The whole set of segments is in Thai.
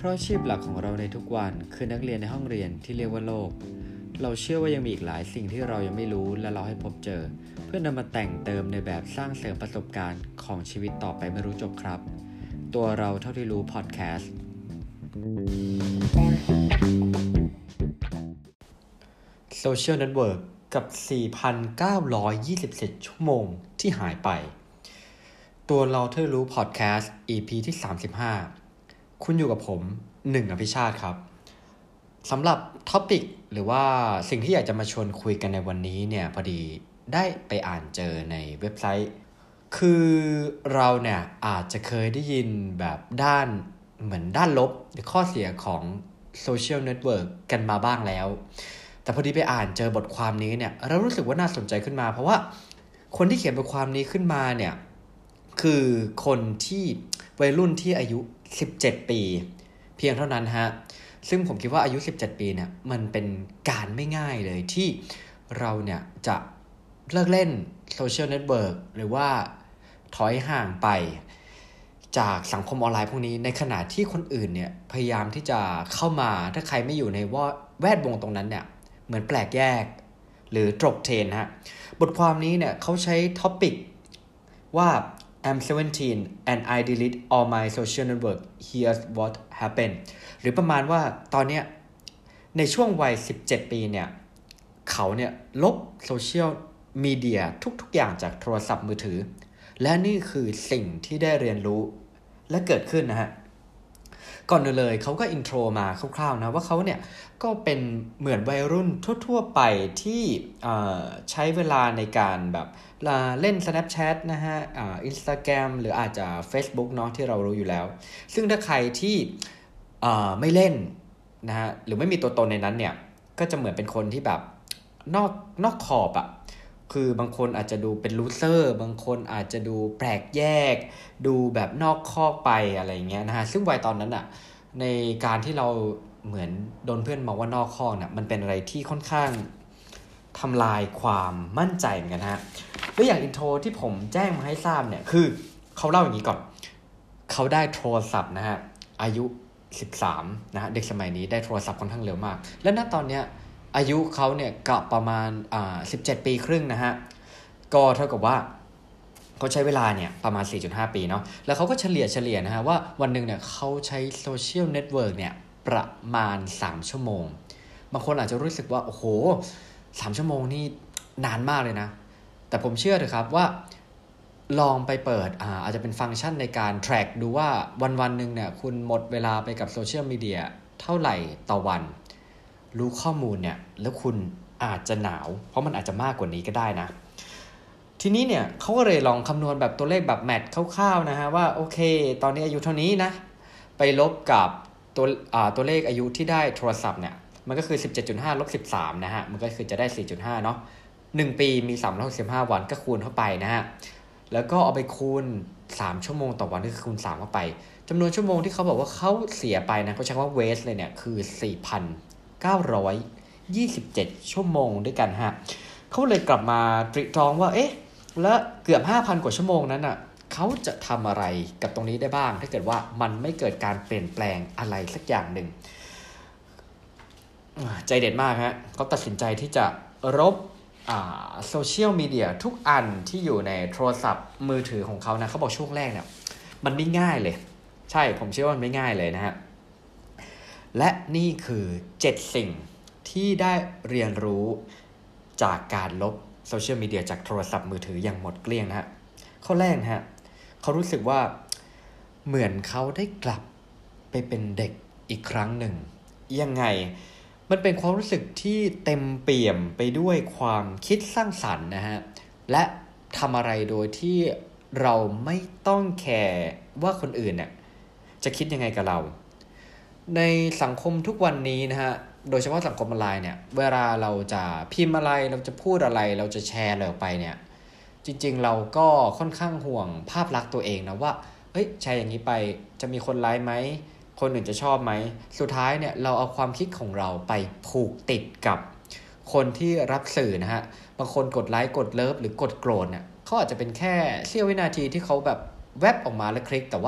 ราะอาชีพหลักของเราในทุกวันคือนักเรียนในห้องเรียนที่เรียกว่าโลกเราเชื่อว่ายังมีอีกหลายสิ่งที่เรายังไม่รู้และเราให้พบเจอเพื่อนำมาแต่งเติมในแบบสร้างเสริมประสบการณ์ของชีวิตต่อไปไม่รู้จบครับตัวเราเท่าที่รู้พอดแคสต์โซเชียลเน็ตเวิร์กกับ 4,927 ชั่วโมงที่หายไปตัวเราเท่าที่รู้พอดแคสต์ EP ที่ 35คุณอยู่กับผม1 อภิชาติครับสำหรับท็อปิกหรือว่าสิ่งที่อยากจะมาชวนคุยกันในวันนี้เนี่ยพอดีได้ไปอ่านเจอในเว็บไซต์คือเราเนี่ยอาจจะเคยได้ยินแบบด้านเหมือนด้านลบหรือข้อเสียของโซเชียลเน็ตเวิร์กกันมาบ้างแล้วแต่พอดีไปอ่านเจอบทความนี้เนี่ยเรารู้สึกว่าน่าสนใจขึ้นมาเพราะว่าคนที่เขียนบทความนี้ขึ้นมาเนี่ยคือคนที่วัยรุ่นที่อายุ17 ปีเพียงเท่านั้นฮะซึ่งผมคิดว่าอายุ17 ปีเนี่ยมันเป็นการไม่ง่ายเลยที่เราเนี่ยจะเลิกเล่นโซเชียลเน็ตเวิร์กหรือว่าถอยห่างไปจากสังคมออนไลน์พวกนี้ในขณะที่คนอื่นเนี่ยพยายามที่จะเข้ามาถ้าใครไม่อยู่ในแวดวงตรงนั้นเนี่ยเหมือนแปลกแยกหรือตกเทรนด์ฮะบทความนี้เนี่ยเขาใช้ท็อปิกว่าI'm 17 and I delete all my social network. Here's what happened. หรือประมาณว่าตอนเนี้ยในช่วงวัย17 ปีเนี่ยเขาเนี่ยลบโซเชียลมีเดียทุกอย่างจากโทรศัพท์มือถือและนี่คือสิ่งที่ได้เรียนรู้และเกิดขึ้นนะฮะก่อนอื่นเลยเขาก็อินโทรมาคร่าวๆนะว่าเขาเนี่ยก็เป็นเหมือนวัยรุ่นทั่วๆไปที่ใช้เวลาในการแบบเล่น Snapchat นะฮะInstagram หรืออาจจะ Facebook เนาะที่เรารู้อยู่แล้วซึ่งถ้าใครที่ไม่เล่นนะฮะหรือไม่มีตัวตนในนั้นเนี่ยก็จะเหมือนเป็นคนที่แบบนอกขอบอ่ะคือบางคนอาจจะดูเป็นลูเซอร์บางคนอาจจะดูแปลกแยกดูแบบนอกคอกไปอะไรเงี้ยนะฮะซึ่งวัยตอนนั้นอ่ะในการที่เราเหมือนโดนเพื่อนมองว่านอกคอกเนี่ยมันเป็นอะไรที่ค่อนข้างทำลายความมั่นใจเหมือนกันฮะแล้วอย่างอินโทรที่ผมแจ้งมาให้ทราบเนี่ยคือเขาเล่าอย่างนี้ก่อนเขาได้โทรศัพท์นะฮะอายุ13นะฮะเด็กสมัยนี้ได้โทรศัพท์ค่อนข้างเร็วมากและณตอนเนี้ยอายุเขาเนี่ยก็ประมาณ17 ปีครึ่งนะฮะก็เท่ากับว่าเขาใช้เวลาเนี่ยประมาณ 4.5 ปีเนาะแล้วเขาก็เฉลี่ยนะฮะว่าวันหนึ่งเนี่ยเขาใช้โซเชียลเน็ตเวิร์กเนี่ยประมาณ3 ชั่วโมงบางคนอาจจะรู้สึกว่าโอ้โห3 ชั่วโมงนี่นานมากเลยนะแต่ผมเชื่อเถอะครับว่าลองไปเปิดอาจจะเป็นฟังก์ชันในการ track ดูว่าวันๆนึงเนี่ยคุณหมดเวลาไปกับโซเชียลมีเดียเท่าไหร่ต่อวันรู้ข้อมูลเนี่ยแล้วคุณอาจจะหนาวเพราะมันอาจจะมากกว่านี้ก็ได้นะทีนี้เนี่ยเขาก็เลยลองคำนวณแบบตัวเลขแบบแมทคร่าวๆนะฮะว่าโอเคตอนนี้อายุเท่านี้นะไปลบกับตัวเลขอายุที่ได้โทรศัพท์เนี่ยมันก็คือ 17.5 ลบ 13นะฮะมันก็คือจะได้ 4.5 เนาะ1 ปีมี365 วันก็คูณเข้าไปนะฮะแล้วก็เอาไปคูณ3 ชั่วโมงต่อวันก็คือคูณ3เข้าไปจำนวนชั่วโมงที่เขาบอกว่าเขาเสียไปนะเขาใช้คำว่า waste เลยเนี่ยคือ 4,927 ชั่วโมงด้วยกันฮะเขาเลยกลับมาตรีตรองว่าเอ๊ะแล้วเกือบ 5,000 กว่าชั่วโมงนั้นน่ะเขาจะทำอะไรกับตรงนี้ได้บ้างถ้าเกิดว่ามันไม่เกิดการเปลี่ยนแปลงอะไรสักอย่างหนึ่งใจเด็ดมากฮะเขาตัดสินใจที่จะลบโซเชียลมีเดียทุกอันที่อยู่ในโทรศัพท์มือถือของเขานะเขาบอกช่วงแรกเนี่ยมันไม่ง่ายเลยใช่ผมเชื่อว่ามันไม่ง่ายเลยนะฮะและนี่คือ7 สิ่งที่ได้เรียนรู้จากการลบโซเชียลมีเดียจากโทรศัพท์มือถืออย่างหมดเกลี้ยงนะฮะข้อแรกนะฮะเขารู้สึกว่าเหมือนเขาได้กลับไปเป็นเด็กอีกครั้งหนึ่งยังไงมันเป็นความรู้สึกที่เต็มเปี่ยมไปด้วยความคิดสร้างสรรค์นะฮะและทำอะไรโดยที่เราไม่ต้องแคร์ว่าคนอื่นเนี่ยจะคิดยังไงกับเราในสังคมทุกวันนี้นะฮะโดยเฉพาะสังคมออนไลน์เนี่ยเวลาเราจะพิมพ์อะไรเราจะพูดอะไรเราจะแชร์อะไรออกไปเนี่ยจริงๆเราก็ค่อนข้างห่วงภาพลักษณ์ตัวเองนะว่าแชร์อย่างนี้ไปจะมีคนไลค์ไหมคนอื่นจะชอบไหมสุดท้ายเนี่ยเราเอาความคิดของเราไปผูกติดกับคนที่รับสื่อนะฮะบางคนกดไลค์กดเลิฟหรือกดโกรธเนี่ยเขาอาจจะเป็นแค่เสี้ยววินาทีที่เขาแบบแวบออกมาแล้วคลิกแต่ว่า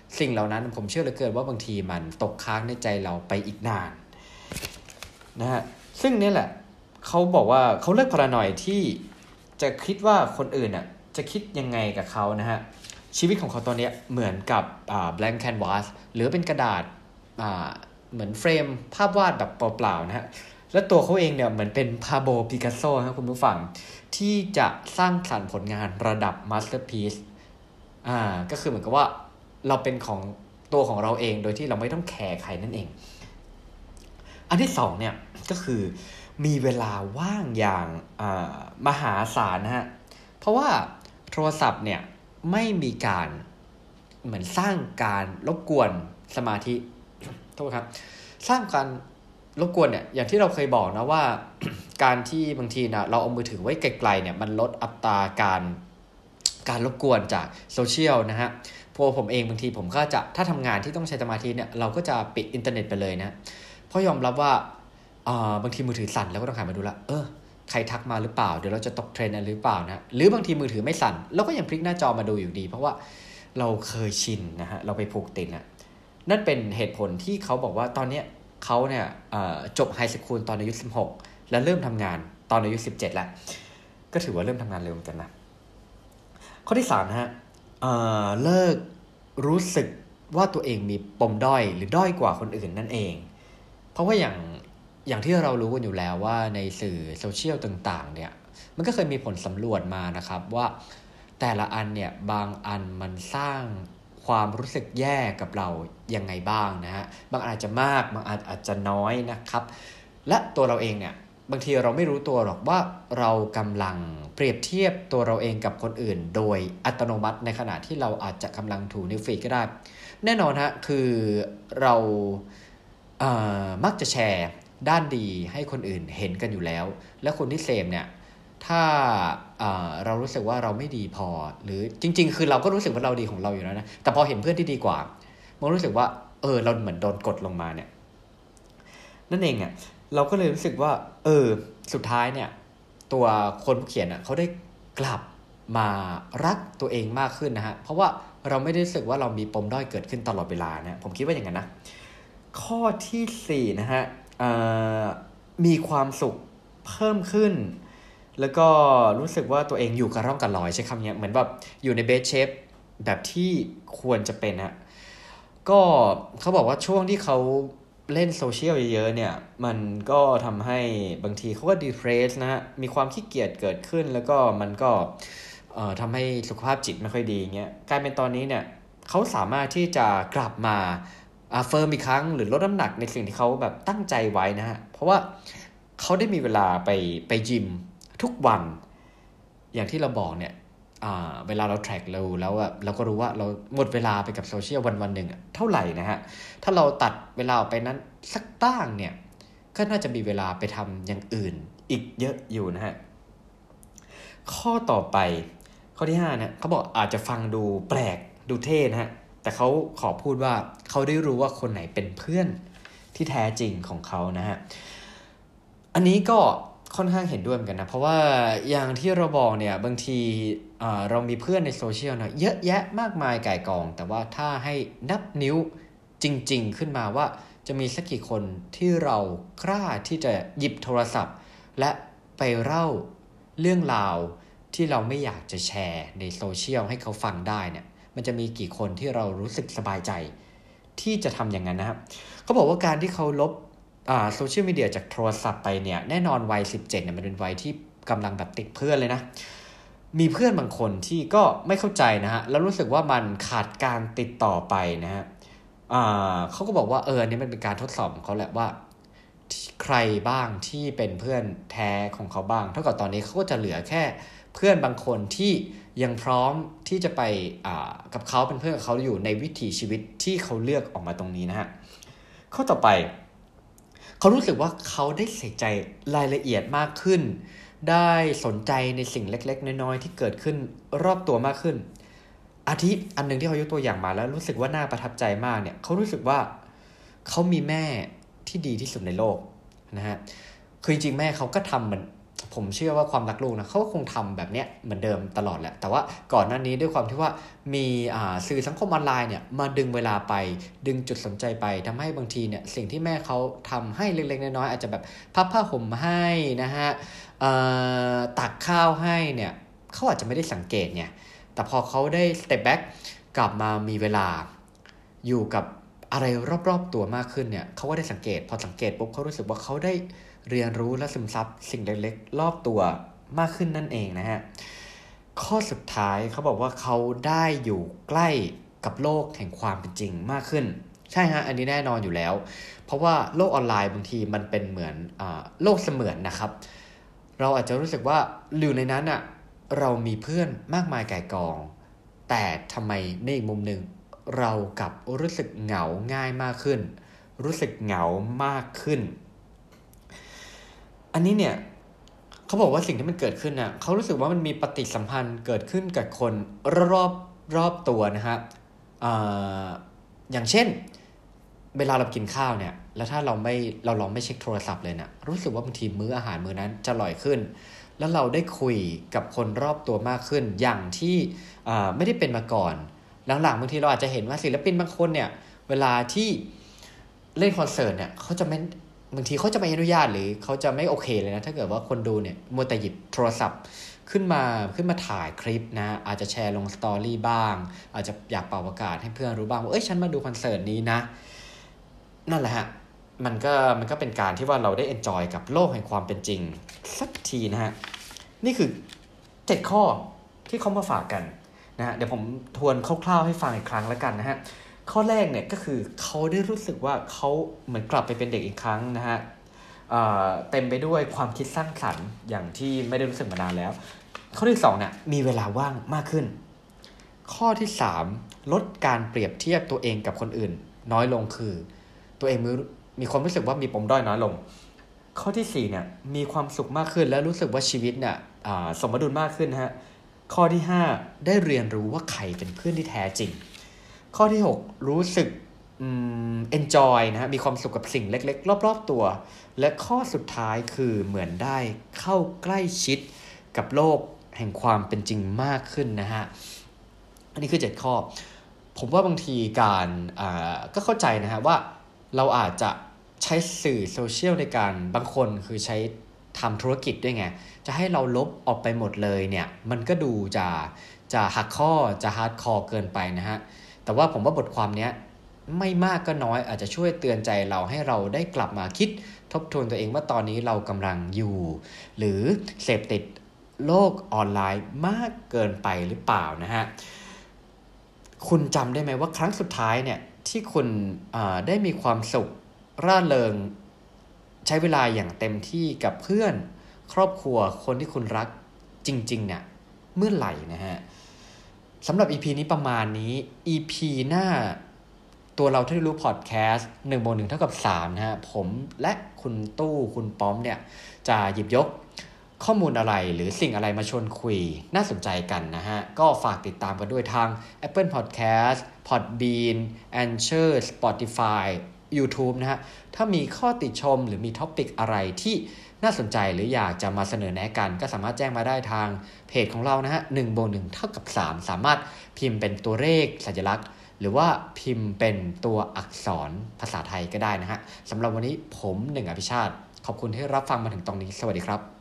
สิ่งเหล่านั้นผมเชื่อเหลือเกินว่าบางทีมันตกค้างในใจเราไปอีกนานนะฮะซึ่งนี่แหละเขาบอกว่าเขาเลิกพารานอยที่จะคิดว่าคนอื่นอ่ะจะคิดยังไงกับเขานะฮะชีวิตของเขาตอนนี้เหมือนกับblank canvas หรือเป็นกระดาษเหมือนเฟรมภาพวาดแบบเปล่าๆนะฮะและตัวเขาเองเนี่ยเหมือนเป็นพาโบปิกัสโซครับคุณผู้ฟังที่จะสร้างสรรค์ผลงานระดับมาสเตอร์พีซก็คือเหมือนกับว่าเราเป็นของตัวของเราเองโดยที่เราไม่ต้องแคร์ใครนั่นเองอันที่สองเนี่ยก็คือมีเวลาว่างอย่างมหาศาลนะฮะเพราะว่าโทรศัพท์เนี่ยไม่มีการเหมือนสร้างการรบกวนสมาธิโทษครับสร้างการรบกวนเนี่ยอย่างที่เราเคยบอกนะว่า การที่บางทีนะเราเอามือถือไว้ไกลๆเนี่ยมันลดอัตราการรบกวนจากโซเชียลนะฮะพอผมเองบางทีผมก็จะถ้าทำงานที่ต้องใช้สมาธิเนี่ยเราก็จะปิดอินเทอร์เน็ตไปเลยนะเพราะยอมรับว่าบางทีมือถือสั่นแล้วก็ต้องหันมาดูละใครทักมาหรือเปล่าเดี๋ยวเราจะตกเทรนด์อะไรหรือเปล่านะหรือบางทีมือถือไม่สั่นเราก็ยังพลิกหน้าจอมาดูอยู่ดีเพราะว่าเราเคยชินนะฮะเราไปผูกติดนะนั่นเป็นเหตุผลที่เขาบอกว่าตอนนี้เขาเนี่ยจบไฮสคูลตอนอายุ16แล้วเริ่มทำงานตอนอายุ17แล้วก็ถือว่าเริ่มทำงานเร็วเหมือนกันนะข้อที่3นะฮะเลิกรู้สึกว่าตัวเองมีปมด้อยหรือด้อยกว่าคนอื่นนั่นเองเพราะว่าอย่างที่เรารู้กันอยู่แล้วว่าในสื่อโซเชียลต่างๆเนี่ยมันก็เคยมีผลสำรวจมานะครับว่าแต่ละอันเนี่ยบางอันมันสร้างความรู้สึกแย่กับเรายังไงบ้างนะฮะบางอาจจะมากบางอาจจะน้อยนะครับและตัวเราเองเนี่ยบางทีเราไม่รู้ตัวหรอกว่าเรากำลังเปรียบเทียบตัวเราเองกับคนอื่นโดยอัตโนมัติในขณะที่เราอาจจะกำลังถูนิ้วฟีดก็ได้แน่นอนฮะคือเรามักจะแชร์ด้านดีให้คนอื่นเห็นกันอยู่แล้วและคนที่เสพเนี่ยถ้าเรารู้สึกว่าเราไม่ดีพอหรือจริงๆคือเราก็รู้สึกว่าเราดีของเราอยู่แล้วนะแต่พอเห็นเพื่อนที่ดีกว่ามันรู้สึกว่าเราเหมือนโดนกดลงมาเนี่ยนั่นเองอ่ะเราก็เลยรู้สึกว่าสุดท้ายเนี่ยตัวคนผู้เขียนเขาได้กลับมารักตัวเองมากขึ้นนะฮะเพราะว่าเราไม่ได้รู้สึกว่าเรามีปมด้อยเกิดขึ้นตลอดเวลานะผมคิดว่าอย่างนั้นนะข้อที่4นะฮะมีความสุขเพิ่มขึ้นแล้วก็รู้สึกว่าตัวเองอยู่กับร่องกับรอยใช้คำนี้เหมือนแบบอยู่ในเบสเชฟแบบที่ควรจะเป็นฮะก็เขาบอกว่าช่วงที่เขาเล่นโซเชียลเยอะๆเนี่ยมันก็ทำให้บางทีเขาก็ดีเพรสนะฮะมีความขี้เกียจเกิดขึ้นแล้วก็มันก็ทำให้สุขภาพจิตไม่ค่อยดีเงี้ยกลายเป็นตอนนี้เนี่ยเขาสามารถที่จะกลับมาเฟิร์มอีกครั้งหรือลดน้ำหนักในสิ่งที่เขาแบบตั้งใจไว้นะฮะเพราะว่าเขาได้มีเวลาไปยิมทุกวันอย่างที่เราบอกเนี่ยเวลาเราแทร็กแล้วเราก็รู้ว่าเราหมดเวลาไปกับโซเชียลวันหนึ่งเท่าไหร่นะฮะถ้าเราตัดเวลาออกไปนั้นสักบ้างเนี่ยก็น่าจะมีเวลาไปทำอย่างอื่นอีกเยอะอยู่นะฮะข้อต่อไปข้อที่5เนี่ยเขาบอกอาจจะฟังดูแปลกดูเท่นะฮะแต่เขาขอพูดว่าเขาได้รู้ว่าคนไหนเป็นเพื่อนที่แท้จริงของเขานะฮะอันนี้ก็ค่อนข้างเห็นด้วยเหมือนกันนะเพราะว่าอย่างที่เราบอกเนี่ยบางทีเรามีเพื่อนในโซเชียลนะเยอะแยะมากมายก่ายกองแต่ว่าถ้าให้นับนิ้วจริงๆขึ้นมาว่าจะมีสักกี่คนที่เรากล้าที่จะหยิบโทรศัพท์และไปเล่าเรื่องราวที่เราไม่อยากจะแชร์ในโซเชียลให้เขาฟังได้เนี่ยมันจะมีกี่คนที่เรารู้สึกสบายใจที่จะทำอย่างนั้นนะครับเขาบอกว่าการที่เขาลบโซเชียลมีเดียจากโทรศัพท์ไปเนี่ยแน่นอนวัย17เนี่ยมันเป็นวัยที่กำลังแบบติดเพื่อนเลยนะมีเพื่อนบางคนที่ก็ไม่เข้าใจนะฮะแล้วรู้สึกว่ามันขาดการติดต่อไปนะฮะเขาก็บอกว่าอันนี้มันเป็นการทดสอบของเขาแหละว่าใครบ้างที่เป็นเพื่อนแท้ของเขาบ้างเท่ากับตอนนี้เขาก็จะเหลือแค่เพื่อนบางคนที่ยังพร้อมที่จะไปกับเขาเป็นเพื่อนกับเขาอยู่ในวิถีชีวิตที่เขาเลือกออกมาตรงนี้นะฮะข้อต่อไปเขารู้สึกว่าเขาได้ใส่ใจรายละเอียดมากขึ้นได้สนใจในสิ่งเล็กๆน้อยๆที่เกิดขึ้นรอบตัวมากขึ้นอาทิอันนึงที่เขายกตัวอย่างมาแล้วรู้สึกว่าน่าประทับใจมากเนี่ยเขารู้สึกว่าเขามีแม่ที่ดีที่สุดในโลกนะฮะคือจริงๆแม่เขาก็ทำผมเชื่อว่าความรักลูกนะเขาคงทำแบบเนี้ยเหมือนเดิมตลอดแหละแต่ว่าก่อนหน้านี้ด้วยความที่ว่ามีสื่อสังคมออนไลน์เนี่ยมาดึงเวลาไปดึงจุดสนใจไปทำให้บางทีเนี่ยสิ่งที่แม่เขาทำให้เล็กๆน้อยๆอาจจะแบบพับผ้าห่มให้นะฮะตักข้าวให้เนี่ยเขาอาจจะไม่ได้สังเกตเนี่ยแต่พอเขาได้ step back กลับมามีเวลาอยู่กับอะไรรอบๆตัวมากขึ้นเนี่ยเขาก็ได้สังเกตพอสังเกตปุ๊บเขารู้สึกว่าเขาได้เรียนรู้และซึมซับสิ่งเล็กๆรอบตัวมากขึ้นนั่นเองนะฮะข้อสุดท้ายเขาบอกว่าเขาได้อยู่ใกล้กับโลกแห่งความเป็นจริงมากขึ้นใช่ฮะอันนี้แน่นอนอยู่แล้วเพราะว่าโลกออนไลน์บางทีมันเป็นเหมือนโลกเสมือนนะครับเราอาจจะรู้สึกว่าอยู่ในนั้นอ่ะเรามีเพื่อนมากมายก่ายกองแต่ทำไมในอีกมุมหนึ่งเรากับรู้สึกเหงาง่ายมากขึ้นรู้สึกเหงามากขึ้นอันนี้เนี่ยเขาบอกว่าสิ่งที่มันเกิดขึ้นน่ะเขารู้สึกว่ามันมีปฏิสัมพันธ์เกิดขึ้นกับคนรอบตัวนะฮะอย่างเช่นเวลาเรากินข้าวเนี่ยแล้วถ้าเราลองไม่เช็คโทรศัพท์เลยนะรู้สึกว่าบางทีมื้ออาหารมื้อนั้นจะอร่อยขึ้นแล้วเราได้คุยกับคนรอบตัวมากขึ้นอย่างที่ไม่ได้เป็นมาก่อนหลังๆบางทีเราอาจจะเห็นว่าศิลปินบางคนเนี่ยเวลาที่เล่นคอนเสิร์ตเนี่ยเขาจะไม่บางทีเขาจะไม่อนุญาตหรือเขาจะไม่โอเคเลยนะถ้าเกิดว่าคนดูเนี่ยมัวแต่หยิบโทรศัพท์ขึ้นมาถ่ายคลิปนะอาจจะแชร์ลงสตอรี่บ้างอาจจะอยากเป่าประกาศให้เพื่อนรู้บ้างว่าฉันมาดูคอนเสิร์ตนี้นะนั่นแหละฮะมันก็เป็นการที่ว่าเราได้เอนจอยกับโลกแห่งความเป็นจริงสักทีนะฮะนี่คือ7ข้อที่เขามาฝากกันนะฮะเดี๋ยวผมทวนคร่าวๆให้ฟังอีกครั้งแล้วกันนะฮะข้อแรกเนี่ยก็คือเขาได้รู้สึกว่าเขาเหมือนกลับไปเป็นเด็กอีกครั้งนะฮะเต็มไปด้วยความคิดสร้างสรรค์อย่างที่ไม่ได้รู้สึกมานานแล้วข้อที่2เนี่ยมีเวลาว่างมากขึ้นข้อที่3ลดการเปรียบเทียบตัวเองกับคนอื่นน้อยลงคือตัวเองมีความรู้สึกว่ามีปมด้อยน้อยลงข้อที่4เนี่ยมีความสุขมากขึ้นและรู้สึกว่าชีวิตเนี่ยสมดุลมากขึ้นนะฮะข้อที่5ได้เรียนรู้ว่าใครเป็นเพื่อนที่แท้จริงข้อที่6รู้สึกenjoy นะฮะมีความสุขกับสิ่งเล็กๆรอบๆตัวและข้อสุดท้ายคือเหมือนได้เข้าใกล้ชิดกับโลกแห่งความเป็นจริงมากขึ้นนะฮะอันนี้คือ7ข้อผมว่าบางทีการก็เข้าใจนะฮะว่าเราอาจจะใช้สื่อโซเชียลในการบางคนคือใช้ทำธุรกิจด้วยไงจะให้เราลบออกไปหมดเลยเนี่ยมันก็ดูจะหักข้อจะฮาร์ดคอร์เกินไปนะฮะแต่ว่าผมว่าบทความนี้ไม่มากก็น้อยอาจจะช่วยเตือนใจเราให้เราได้กลับมาคิดทบทวนตัวเองว่าตอนนี้เรากำลังอยู่หรือเสพติดโลกออนไลน์มากเกินไปหรือเปล่านะฮะคุณจำได้ไหมว่าครั้งสุดท้ายเนี่ยที่คุณได้มีความสุขร่าเริงใช้เวลาอย่างเต็มที่กับเพื่อนครอบครัวคนที่คุณรักจริงๆเนี่ยเมื่อไหร่นะฮะสำหรับ EP นี้ประมาณนี้ EP หน้าตัวเราที่รู้พอดแคสต์1 บวก 1 เท่ากับ 3นะฮะผมและคุณตู้คุณป้อมเนี่ยจะหยิบยกข้อมูลอะไรหรือสิ่งอะไรมาชวนคุยน่าสนใจกันนะฮะก็ฝากติดตามกันด้วยทาง Apple Podcast Podbean Anchor Spotify YouTube นะฮะถ้ามีข้อติชมหรือมีท็อปิกอะไรที่น่าสนใจหรืออยากจะมาเสนอแนะกันก็สามารถแจ้งมาได้ทางเพจของเรานะฮะ1 บวก 1 เท่ากับ 3สามารถพิมพ์เป็นตัวเลขสัญลักษณ์หรือว่าพิมพ์เป็นตัวอักษรภาษาไทยก็ได้นะฮะสำหรับวันนี้ผม1 อภิชาติขอบคุณที่รับฟังมาถึงตรงนี้สวัสดีครับ